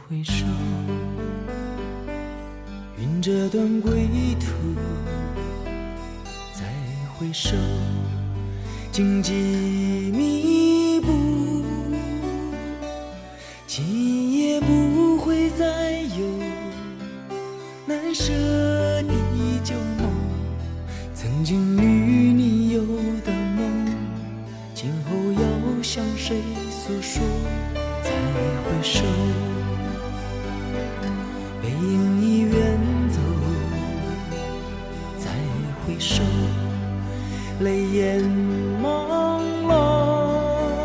回首，云这段归途，再回首，荆棘密布，今夜不会再有难舍的旧梦，曾经与你有的梦，今后要向谁诉说？再回首，背影已远走，再回首，泪眼朦胧，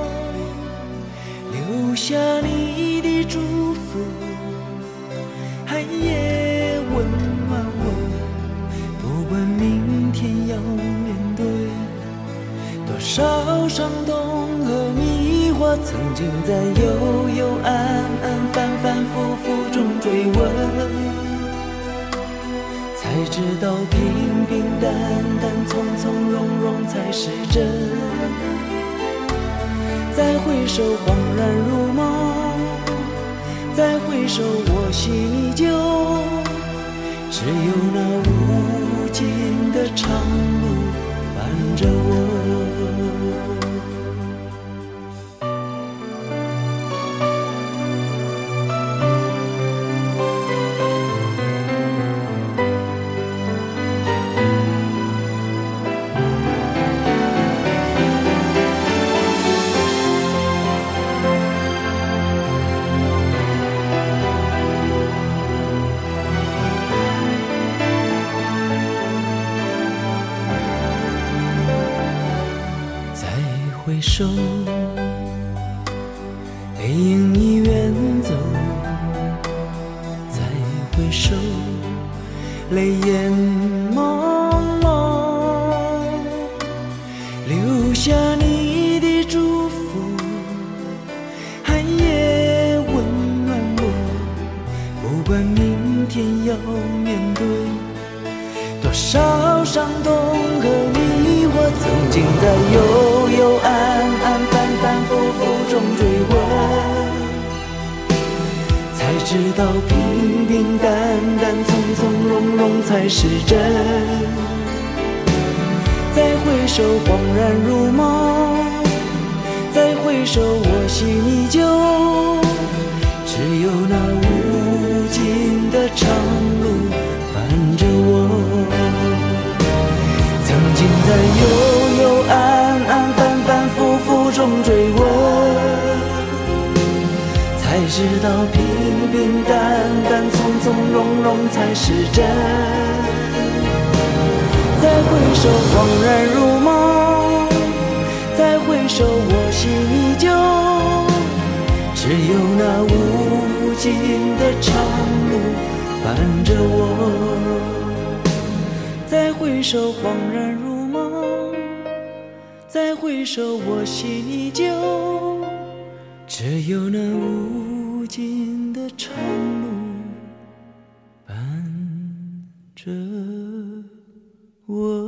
留下你的祝福，寒夜温暖我，不管明天要面对多少伤痛和迷惑，曾经在幽幽暗暗反反复复中追问，才知道平平淡淡从从容容才是真。再回首恍然如梦，再回首我心依旧，只有那无尽的长路伴着我。回首，背影已远走，再回首，泪眼朦胧，留下你的祝福，寒夜温暖我，不管明天要面对多少伤痛和迷惑，曾经在幽幽暗暗反反复复中追问，才知道平平淡淡从从容容才是真。再回首恍然如梦，再回首我心依旧，只有那无尽的长路伴着我。曾经在幽幽暗暗反反复复中追问，才知道平平淡淡从从容容才是真。再回首恍然如梦，再回首我心依旧，只有那无尽的长路伴着我。再回首恍然如梦，再回首我心依旧，只有那无尽的长路伴着我。